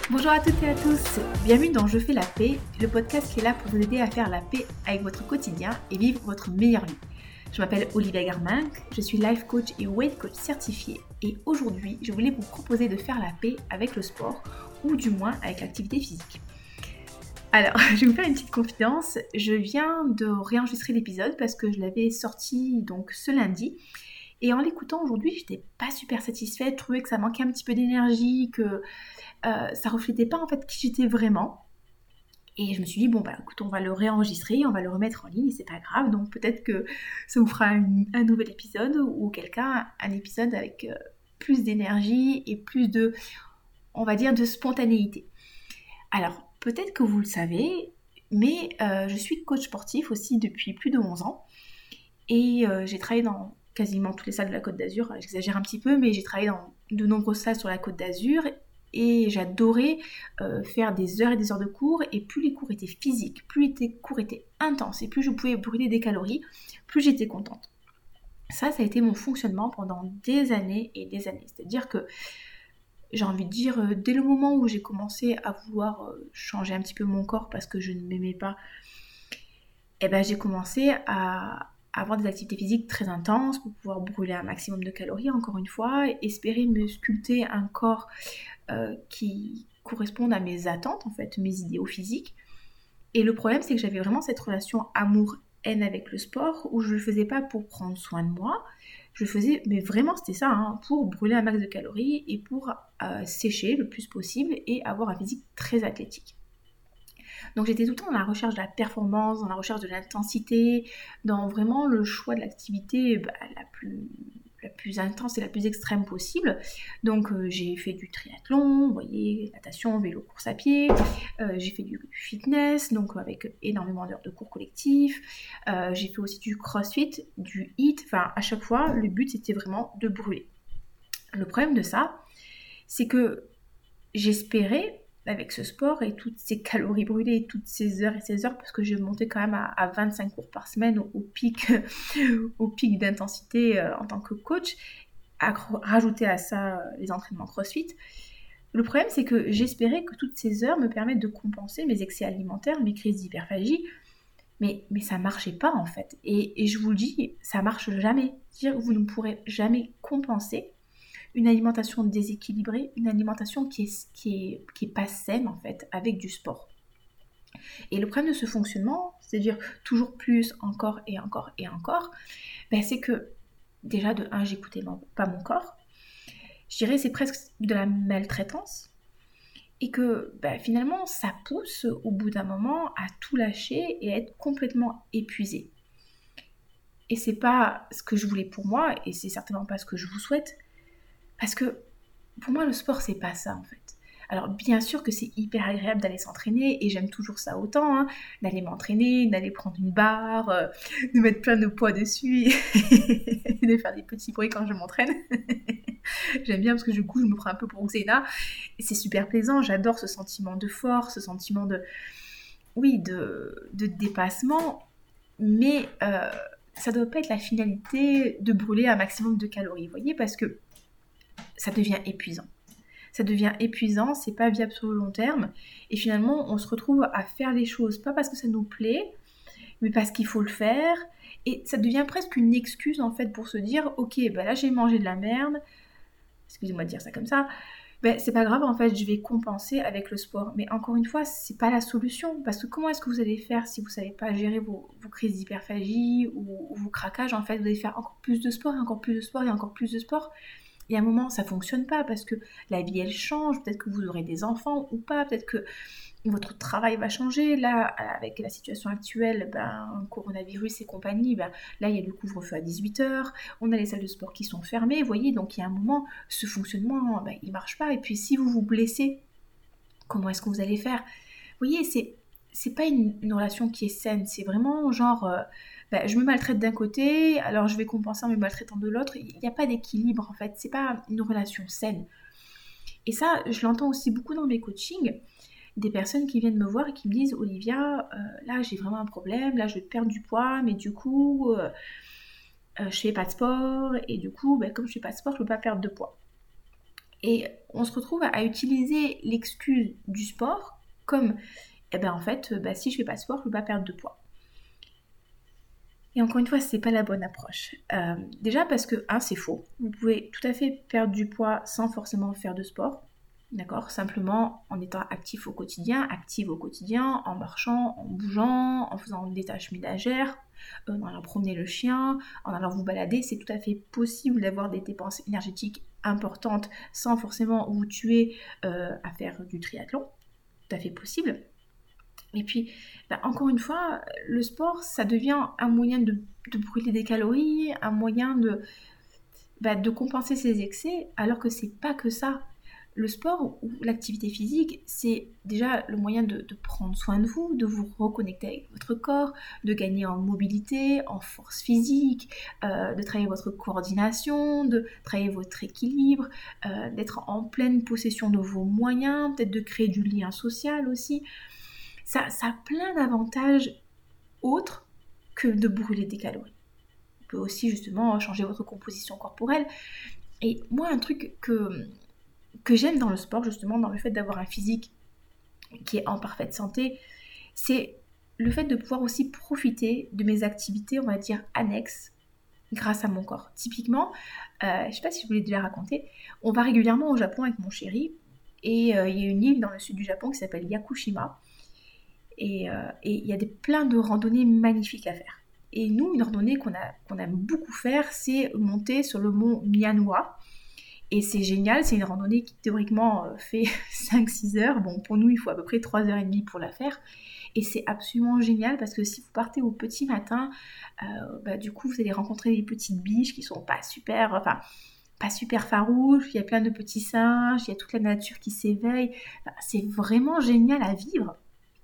Bonjour à toutes et à tous, bienvenue dans Je fais la paix, le podcast qui est là pour vous aider à faire la paix avec votre quotidien et vivre votre meilleure vie. Je m'appelle Olivia Garminck, je suis life coach et weight coach certifiée et aujourd'hui je voulais vous proposer de faire la paix avec le sport ou du moins avec l'activité physique. Alors, je vais vous faire une petite confidence, je viens de réenregistrer l'épisode parce que je l'avais sorti donc ce lundi. Et en l'écoutant aujourd'hui, j'étais pas super satisfaite, je trouvais que ça manquait un petit peu d'énergie, que ça reflétait pas en fait qui j'étais vraiment. Et je me suis dit, bon bah écoute, on va le réenregistrer, on va le remettre en ligne, et c'est pas grave, donc peut-être que ça vous fera un nouvel épisode, ou quelqu'un un épisode avec plus d'énergie et plus de, on va dire, de spontanéité. Alors, peut-être que vous le savez, mais je suis coach sportif aussi depuis plus de 11 ans, et j'ai travaillé dans quasiment toutes les salles de la Côte d'Azur, j'exagère un petit peu, mais j'ai travaillé dans de nombreuses salles sur la Côte d'Azur, et j'adorais faire des heures et des heures de cours, et plus les cours étaient physiques, plus les cours étaient intenses, et plus je pouvais brûler des calories, plus j'étais contente. Ça a été mon fonctionnement pendant des années et des années. C'est-à-dire que, j'ai envie de dire, dès le moment où j'ai commencé à vouloir changer un petit peu mon corps parce que je ne m'aimais pas, j'ai commencé à avoir des activités physiques très intenses pour pouvoir brûler un maximum de calories, encore une fois, et espérer me sculpter un corps qui corresponde à mes attentes, en fait, mes idéaux physiques. Et le problème, c'est que j'avais vraiment cette relation amour-haine avec le sport, où je le faisais pas pour prendre soin de moi, je le faisais, mais vraiment c'était ça, pour brûler un max de calories et pour sécher le plus possible et avoir un physique très athlétique. Donc j'étais tout le temps dans la recherche de la performance, dans la recherche de l'intensité, dans vraiment le choix de l'activité la plus intense et la plus extrême possible. Donc j'ai fait du triathlon, vous voyez, natation, vélo, course à pied, j'ai fait du fitness, donc avec énormément d'heures de cours collectifs, j'ai fait aussi du crossfit, du HIIT, enfin à chaque fois le but c'était vraiment de brûler. Le problème de ça, c'est que j'espérais, avec ce sport et toutes ces calories brûlées, toutes ces heures et ces heures, parce que je montais quand même à 25 cours par semaine au pic, au pic d'intensité en tant que coach, à rajouter à ça les entraînements CrossFit. Le problème, c'est que j'espérais que toutes ces heures me permettent de compenser mes excès alimentaires, mes crises d'hyperphagie, mais ça marchait pas en fait. Et je vous le dis, ça marche jamais. C'est-à-dire que vous ne pourrez jamais compenser une alimentation déséquilibrée, une alimentation qui est pas saine en fait, avec du sport. Et le problème de ce fonctionnement, c'est-à-dire toujours plus, encore et encore et encore, c'est que déjà de 1, j'écoutais pas mon corps, je dirais c'est presque de la maltraitance, et que finalement ça pousse au bout d'un moment à tout lâcher et à être complètement épuisé. Et c'est pas ce que je voulais pour moi, et c'est certainement pas ce que je vous souhaite, parce que pour moi, le sport, c'est pas ça, en fait. Alors, bien sûr que c'est hyper agréable d'aller s'entraîner, et j'aime toujours ça autant, d'aller m'entraîner, d'aller prendre une barre, de mettre plein de poids dessus, et de faire des petits bruits quand je m'entraîne. J'aime bien parce que du coup, je me prends un peu pour Xena, et c'est super plaisant, j'adore ce sentiment de force, ce sentiment de dépassement, mais ça doit pas être la finalité de brûler un maximum de calories, vous voyez, parce que ça devient épuisant. Ça devient épuisant, c'est pas viable sur le long terme, et finalement on se retrouve à faire les choses, pas parce que ça nous plaît, mais parce qu'il faut le faire, et ça devient presque une excuse en fait pour se dire, ok, là j'ai mangé de la merde, excusez-moi de dire ça comme ça, c'est pas grave, en fait je vais compenser avec le sport. Mais encore une fois, c'est pas la solution, parce que comment est-ce que vous allez faire si vous savez pas gérer vos crises d'hyperphagie ou vos craquages? En fait, vous allez faire encore plus de sport, et encore plus de sport, et encore plus de sport. Et à un moment, ça fonctionne pas parce que la vie, elle change. Peut-être que vous aurez des enfants ou pas. Peut-être que votre travail va changer. Là, avec la situation actuelle, coronavirus et compagnie, là, il y a le couvre-feu à 18h. On a les salles de sport qui sont fermées. Vous voyez, donc il y a un moment, ce fonctionnement, il marche pas. Et puis, si vous vous blessez, comment est-ce que vous allez faire? Vous voyez, c'est pas une relation qui est saine. C'est vraiment genre... je me maltraite d'un côté, alors je vais compenser en me maltraitant de l'autre. Il n'y a pas d'équilibre en fait, c'est pas une relation saine. Et ça, je l'entends aussi beaucoup dans mes coachings, des personnes qui viennent me voir et qui me disent, Olivia, là j'ai vraiment un problème, là je vais perdre du poids, mais du coup, je fais pas de sport, et du coup, comme je fais pas de sport, je peux pas perdre de poids. Et on se retrouve à utiliser l'excuse du sport comme, si je fais pas de sport, je peux pas perdre de poids. Et encore une fois, c'est pas la bonne approche. Déjà parce que, c'est faux. Vous pouvez tout à fait perdre du poids sans forcément faire de sport. D'accord ? Simplement en étant active au quotidien, en marchant, en bougeant, en faisant des tâches ménagères, en allant promener le chien, en allant vous balader. C'est tout à fait possible d'avoir des dépenses énergétiques importantes sans forcément vous tuer à faire du triathlon. Tout à fait possible. Et puis, encore une fois, le sport, ça devient un moyen de brûler des calories, un moyen de compenser ses excès, alors que c'est pas que ça. Le sport ou l'activité physique, c'est déjà le moyen de prendre soin de vous, de vous reconnecter avec votre corps, de gagner en mobilité, en force physique, de travailler votre coordination, de travailler votre équilibre, d'être en pleine possession de vos moyens, peut-être de créer du lien social aussi. Ça a plein d'avantages autres que de brûler des calories. Vous pouvez aussi justement changer votre composition corporelle. Et moi, un truc que j'aime dans le sport, justement, dans le fait d'avoir un physique qui est en parfaite santé, c'est le fait de pouvoir aussi profiter de mes activités, on va dire, annexes, grâce à mon corps. Typiquement, je ne sais pas si je vous l'ai déjà raconté, on va régulièrement au Japon avec mon chéri, et il y a une île dans le sud du Japon qui s'appelle Yakushima, et il y a plein de randonnées magnifiques à faire. Et nous, une randonnée qu'on aime beaucoup faire, c'est monter sur le mont Myanmar. Et c'est génial, c'est une randonnée qui théoriquement fait 5-6 heures. Bon, pour nous, il faut à peu près 3h30 pour la faire. Et c'est absolument génial parce que si vous partez au petit matin, du coup, vous allez rencontrer des petites biches qui sont pas super farouches. Il y a plein de petits singes, il y a toute la nature qui s'éveille. C'est vraiment génial à vivre.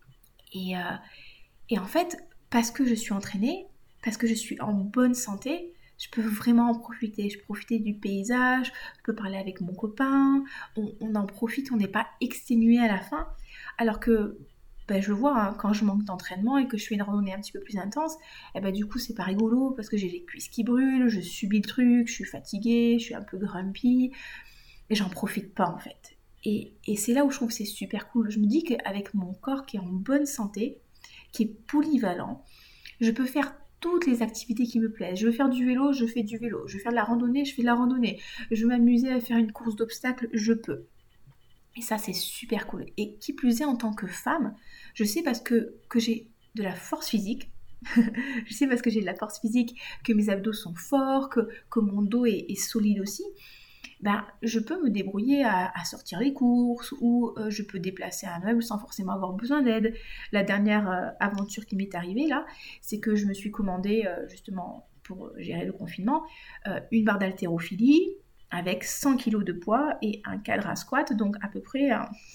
Et en fait, parce que je suis entraînée, parce que je suis en bonne santé, je peux vraiment en profiter. Je peux profiter du paysage, je peux parler avec mon copain, on en profite, on n'est pas exténué à la fin. Alors que je vois, quand je manque d'entraînement et que je fais une randonnée un petit peu plus intense, du coup c'est pas rigolo parce que j'ai les cuisses qui brûlent, je subis le truc, je suis fatiguée, je suis un peu grumpy, et j'en profite pas en fait. Et c'est là où je trouve que c'est super cool. Je me dis qu'avec mon corps qui est en bonne santé, qui est polyvalent, je peux faire toutes les activités qui me plaisent. Je veux faire du vélo, je fais du vélo. Je veux faire de la randonnée, je fais de la randonnée. Je veux m'amuser à faire une course d'obstacles, je peux. Et ça, c'est super cool. Et qui plus est, en tant que femme, je sais parce que j'ai de la force physique. Je sais parce que j'ai de la force physique, que mes abdos sont forts, que mon dos est solide aussi. Je peux me débrouiller à sortir les courses ou je peux déplacer un meuble sans forcément avoir besoin d'aide. La dernière aventure qui m'est arrivée là, c'est que je me suis commandé justement pour gérer le confinement une barre d'haltérophilie avec 100 kg de poids et un cadre à squat, donc à peu près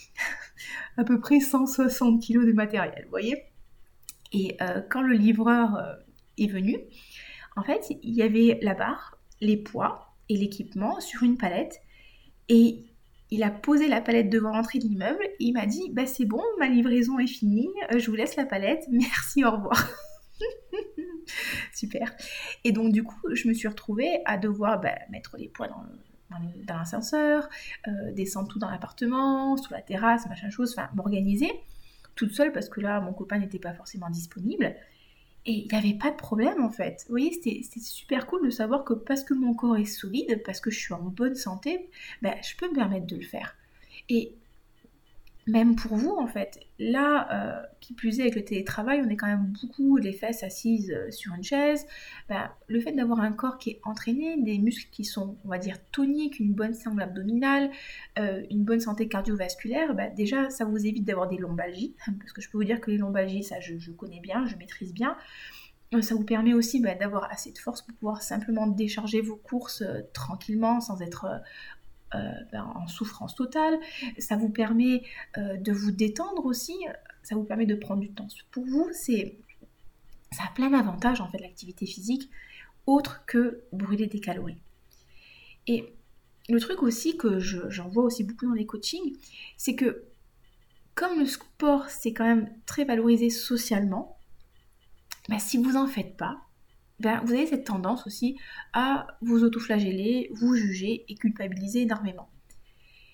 160 kg de matériel, vous voyez. Et quand le livreur est venu, en fait, il y avait la barre, les poids et l'équipement sur une palette, et il a posé la palette devant l'entrée de l'immeuble et il m'a dit c'est bon, ma livraison est finie, je vous laisse la palette, merci, au revoir. Super. Et donc du coup je me suis retrouvée à devoir mettre les poids dans l'ascenseur, descendre tout dans l'appartement, sur la terrasse, machin chose, m'organiser toute seule parce que là mon copain n'était pas forcément disponible. Et il n'y avait pas de problème en fait. Vous voyez, c'était super cool de savoir que parce que mon corps est solide, parce que je suis en bonne santé, je peux me permettre de le faire. Et même pour vous en fait, là, qui plus est avec le télétravail, on est quand même beaucoup les fesses assises sur une chaise. Le fait d'avoir un corps qui est entraîné, des muscles qui sont, on va dire, toniques, une bonne sangle abdominale, une bonne santé cardiovasculaire, déjà ça vous évite d'avoir des lombalgies, parce que je peux vous dire que les lombalgies, ça je connais bien, je maîtrise bien. Ça vous permet aussi d'avoir assez de force pour pouvoir simplement décharger vos courses tranquillement sans être en souffrance totale. Ça vous permet de vous détendre aussi, ça vous permet de prendre du temps pour vous. Ça a plein d'avantages en fait l'activité physique, autre que brûler des calories. Et le truc aussi que j'en vois aussi beaucoup dans les coachings, c'est que comme le sport c'est quand même très valorisé socialement, si vous en faites pas, vous avez cette tendance aussi à vous autoflageller, vous juger et culpabiliser énormément.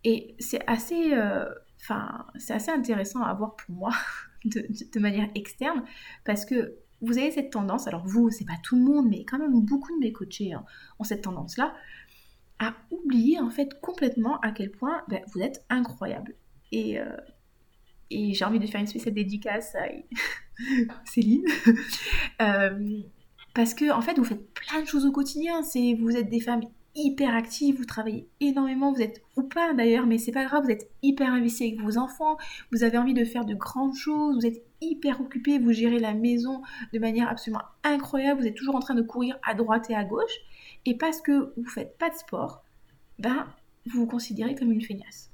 Et c'est assez, c'est assez intéressant à voir pour moi de manière externe parce que vous avez cette tendance, alors vous, c'est pas tout le monde, mais quand même beaucoup de mes coachés ont cette tendance-là à oublier en fait complètement à quel point vous êtes incroyable. Et, euh, et j'ai envie de faire une spéciale dédicace à Céline. Euh, Parce que en fait, vous faites plein de choses au quotidien. Vous êtes des femmes hyper actives, vous travaillez énormément, vous êtes, ou pas d'ailleurs, mais c'est pas grave, vous êtes hyper investis avec vos enfants, vous avez envie de faire de grandes choses, vous êtes hyper occupés, vous gérez la maison de manière absolument incroyable, vous êtes toujours en train de courir à droite et à gauche, et parce que vous faites pas de sport, vous vous considérez comme une feignasse.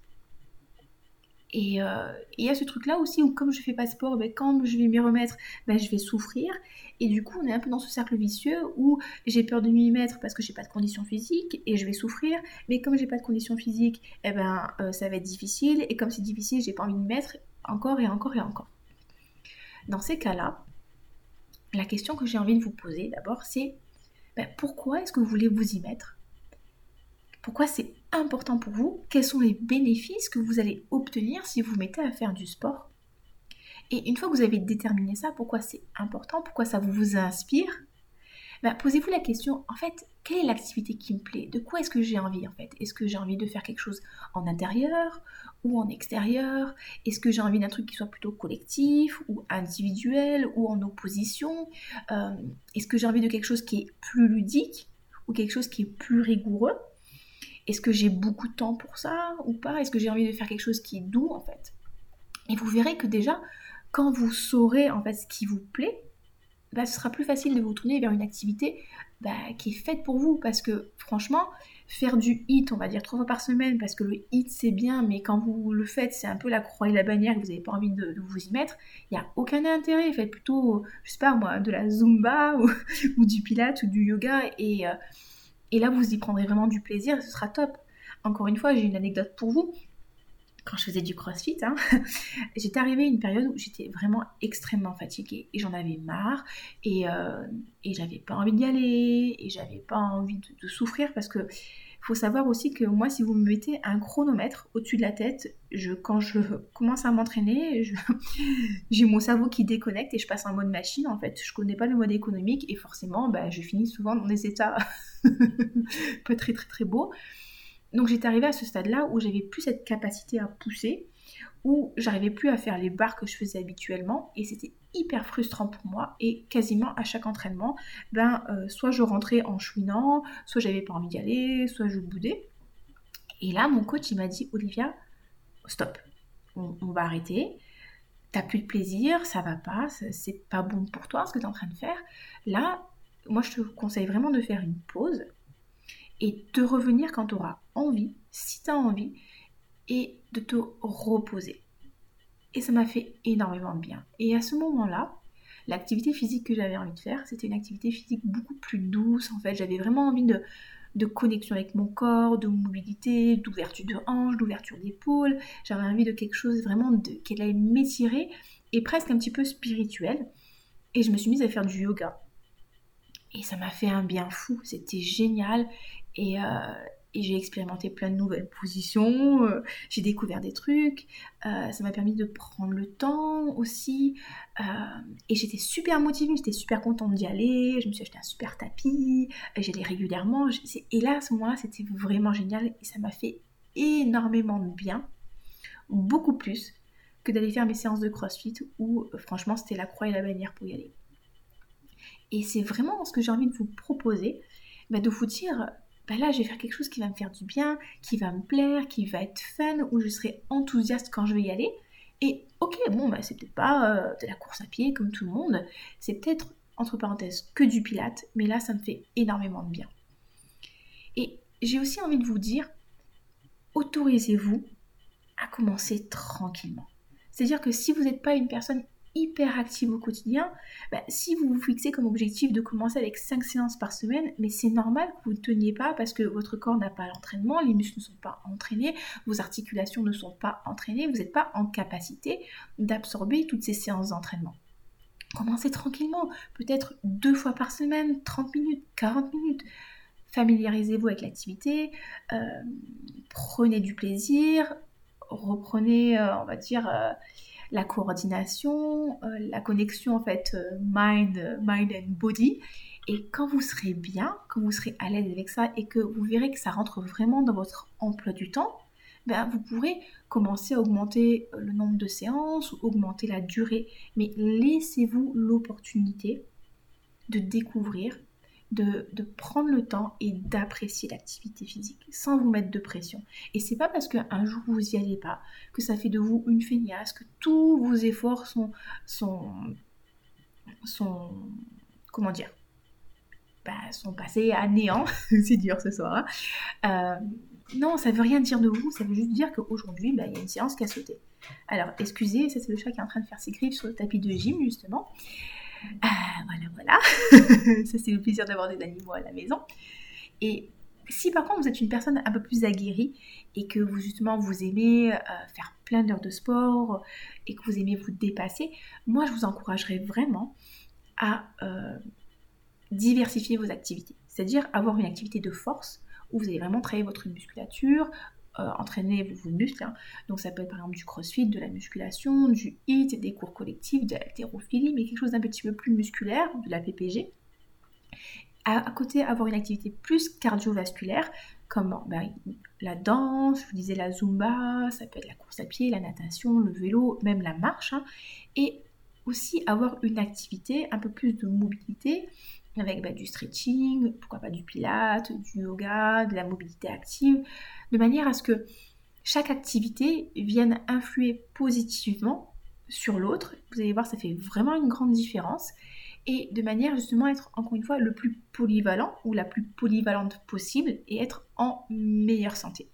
Et il y a ce truc-là aussi où comme je fais pas de sport, quand je vais m'y remettre, je vais souffrir. Et du coup, on est un peu dans ce cercle vicieux où j'ai peur de m'y mettre parce que j'ai pas de conditions physiques et je vais souffrir. Mais comme j'ai pas de conditions physiques, ça va être difficile. Et comme c'est difficile, j'ai pas envie de m'y mettre encore et encore et encore. Dans ces cas-là, la question que j'ai envie de vous poser d'abord, c'est pourquoi est-ce que vous voulez vous y mettre ? Pourquoi c'est important pour vous? Quels sont les bénéfices que vous allez obtenir si vous vous mettez à faire du sport? Et une fois que vous avez déterminé ça, pourquoi c'est important, pourquoi ça vous inspire, posez-vous la question, en fait, quelle est l'activité qui me plaît? De quoi est-ce que j'ai envie en fait? Est-ce que j'ai envie de faire quelque chose en intérieur ou en extérieur? Est-ce que j'ai envie d'un truc qui soit plutôt collectif ou individuel ou en opposition? Est-ce que j'ai envie de quelque chose qui est plus ludique ou quelque chose qui est plus rigoureux? Est-ce que j'ai beaucoup de temps pour ça ou pas? Est-ce que j'ai envie de faire quelque chose qui est doux en fait? Et vous verrez que déjà, quand vous saurez en fait ce qui vous plaît, ce sera plus facile de vous tourner vers une activité qui est faite pour vous. Parce que franchement, faire du HIIT, on va dire 3 fois par semaine, parce que le HIIT c'est bien, mais quand vous le faites, c'est un peu la croix et la bannière, que vous n'avez pas envie de vous y mettre, il n'y a aucun intérêt. Faites plutôt, je sais pas moi, de la Zumba ou du Pilates ou du yoga et là, vous y prendrez vraiment du plaisir et ce sera top. Encore une fois, j'ai une anecdote pour vous. Quand je faisais du crossfit, j'étais arrivée à une période où j'étais vraiment extrêmement fatiguée et j'en avais marre et j'avais pas envie d'y aller et j'avais pas envie de souffrir parce que faut savoir aussi que moi, si vous me mettez un chronomètre au-dessus de la tête, quand je commence à m'entraîner, j'ai mon cerveau qui déconnecte et je passe en mode machine en fait. Je connais pas le mode économique et forcément, je finis souvent dans des états pas très très très beaux. Donc j'étais arrivée à ce stade-là où j'avais plus cette capacité à pousser, où j'arrivais plus à faire les barres que je faisais habituellement et c'était hyper frustrant pour moi et quasiment à chaque entraînement, soit je rentrais en chouinant, soit j'avais pas envie d'y aller, soit je boudais. Et là mon coach il m'a dit Olivia, stop, on va arrêter, t'as plus de plaisir, ça va pas, c'est pas bon pour toi ce que t'es en train de faire. Là, moi je te conseille vraiment de faire une pause et de revenir quand tu auras envie, si tu as envie, et de te reposer. Et ça m'a fait énormément de bien. Et à ce moment-là, l'activité physique que j'avais envie de faire, c'était une activité physique beaucoup plus douce. En fait, j'avais vraiment envie de connexion avec mon corps, de mobilité, d'ouverture de hanches, d'ouverture d'épaule. J'avais envie de quelque chose vraiment qui allait m'étirer et presque un petit peu spirituel. Et je me suis mise à faire du yoga. Et ça m'a fait un bien fou, c'était génial. Et j'ai expérimenté plein de nouvelles positions, j'ai découvert des trucs, ça m'a permis de prendre le temps aussi. Et j'étais super motivée, j'étais super contente d'y aller, je me suis acheté un super tapis, j'allais régulièrement. Et là, à ce moment-là, c'était vraiment génial et ça m'a fait énormément de bien, beaucoup plus que d'aller faire mes séances de crossfit où franchement c'était la croix et la bannière pour y aller. Et c'est vraiment ce que j'ai envie de vous proposer, de vous dire, là je vais faire quelque chose qui va me faire du bien, qui va me plaire, qui va être fun, où je serai enthousiaste quand je vais y aller. Et ok, c'est peut-être pas de la course à pied comme tout le monde, c'est peut-être, entre parenthèses, que du pilates, mais là ça me fait énormément de bien. Et j'ai aussi envie de vous dire, autorisez-vous à commencer tranquillement. C'est-à-dire que si vous n'êtes pas une personne hyper active au quotidien, si vous vous fixez comme objectif de commencer avec 5 séances par semaine, mais c'est normal que vous ne teniez pas parce que votre corps n'a pas l'entraînement, les muscles ne sont pas entraînés, vos articulations ne sont pas entraînées, vous n'êtes pas en capacité d'absorber toutes ces séances d'entraînement. Commencez tranquillement, peut-être 2 fois par semaine, 30 minutes, 40 minutes. familiarisez-vous avec l'activité, prenez du plaisir, reprenez, on va dire, la coordination, la connexion en fait mind and body. Et quand vous serez bien, quand vous serez à l'aise avec ça et que vous verrez que ça rentre vraiment dans votre emploi du temps, vous pourrez commencer à augmenter le nombre de séances ou augmenter la durée. Mais laissez-vous l'opportunité de découvrir, de prendre le temps et d'apprécier l'activité physique sans vous mettre de pression. Et c'est pas parce qu'un jour vous n'y allez pas que ça fait de vous une feignasse, que tous vos efforts sont comment dire, sont passés à néant. C'est dur ce soir. Non, ça veut rien dire de vous, ça veut juste dire qu'aujourd'hui, il y a une séance qui a sauté. Alors, excusez, ça c'est le chat qui est en train de faire ses griffes sur le tapis de gym, justement. Voilà. Ça c'est le plaisir d'avoir des animaux à la maison. Et si par contre vous êtes une personne un peu plus aguerrie et que vous justement vous aimez faire plein d'heures de sport et que vous aimez vous dépasser, moi je vous encouragerais vraiment à diversifier vos activités. C'est-à-dire avoir une activité de force où vous allez vraiment travailler votre musculature, entraîner vos muscles. Donc ça peut être par exemple du crossfit, de la musculation, du HIIT, des cours collectifs, de l'haltérophilie, mais quelque chose d'un petit peu plus musculaire, de la PPG. À côté, avoir une activité plus cardiovasculaire, comme la danse, je vous disais la zumba, ça peut être la course à pied, la natation, le vélo, même la marche. Et aussi avoir une activité un peu plus de mobilité, avec du stretching, pourquoi pas du pilates, du yoga, de la mobilité active, de manière à ce que chaque activité vienne influer positivement sur l'autre. Vous allez voir, ça fait vraiment une grande différence. Et de manière justement à être, encore une fois, le plus polyvalent ou la plus polyvalente possible et être en meilleure santé.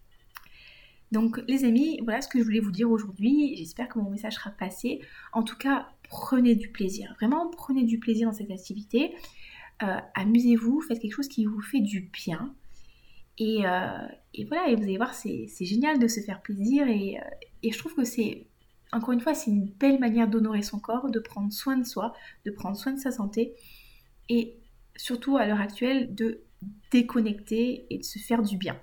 Donc les amis, voilà ce que je voulais vous dire aujourd'hui. J'espère que mon message sera passé. En tout cas, prenez du plaisir. Vraiment, prenez du plaisir dans cette activité. Amusez-vous, faites quelque chose qui vous fait du bien. Et voilà, et vous allez voir, c'est génial de se faire plaisir. Et je trouve que c'est, encore une fois, c'est une belle manière d'honorer son corps, de prendre soin de soi, de prendre soin de sa santé. Et surtout, à l'heure actuelle, de déconnecter et de se faire du bien.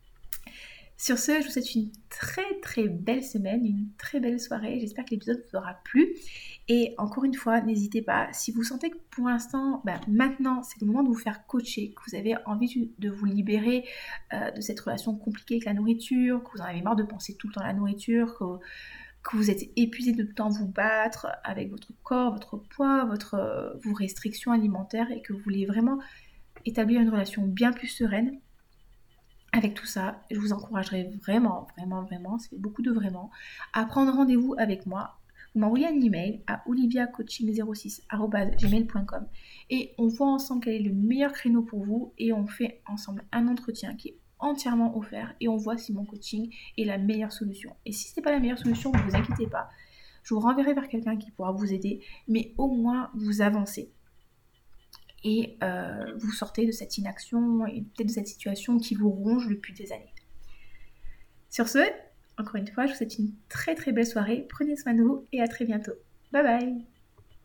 Sur ce, je vous souhaite une très très belle semaine, une très belle soirée. J'espère que l'épisode vous aura plu. Et encore une fois, n'hésitez pas, si vous sentez que pour l'instant, maintenant, c'est le moment de vous faire coacher, que vous avez envie de vous libérer de cette relation compliquée avec la nourriture, que vous en avez marre de penser tout le temps à la nourriture, que vous êtes épuisé de tout le temps vous battre avec votre corps, votre poids, vos restrictions alimentaires et que vous voulez vraiment établir une relation bien plus sereine. Avec tout ça, je vous encouragerai vraiment, ça fait beaucoup de vraiment, à prendre rendez-vous avec moi. Vous m'envoyez un email à oliviacoaching06@gmail.com et on voit ensemble quel est le meilleur créneau pour vous et on fait ensemble un entretien qui est entièrement offert et on voit si mon coaching est la meilleure solution. Et si ce n'est pas la meilleure solution, ne vous inquiétez pas, je vous renverrai vers quelqu'un qui pourra vous aider, mais au moins vous avancez. Et vous sortez de cette inaction et peut-être de cette situation qui vous ronge depuis des années. Sur ce, encore une fois, je vous souhaite une très très belle soirée, prenez soin de vous et à très bientôt. Bye bye.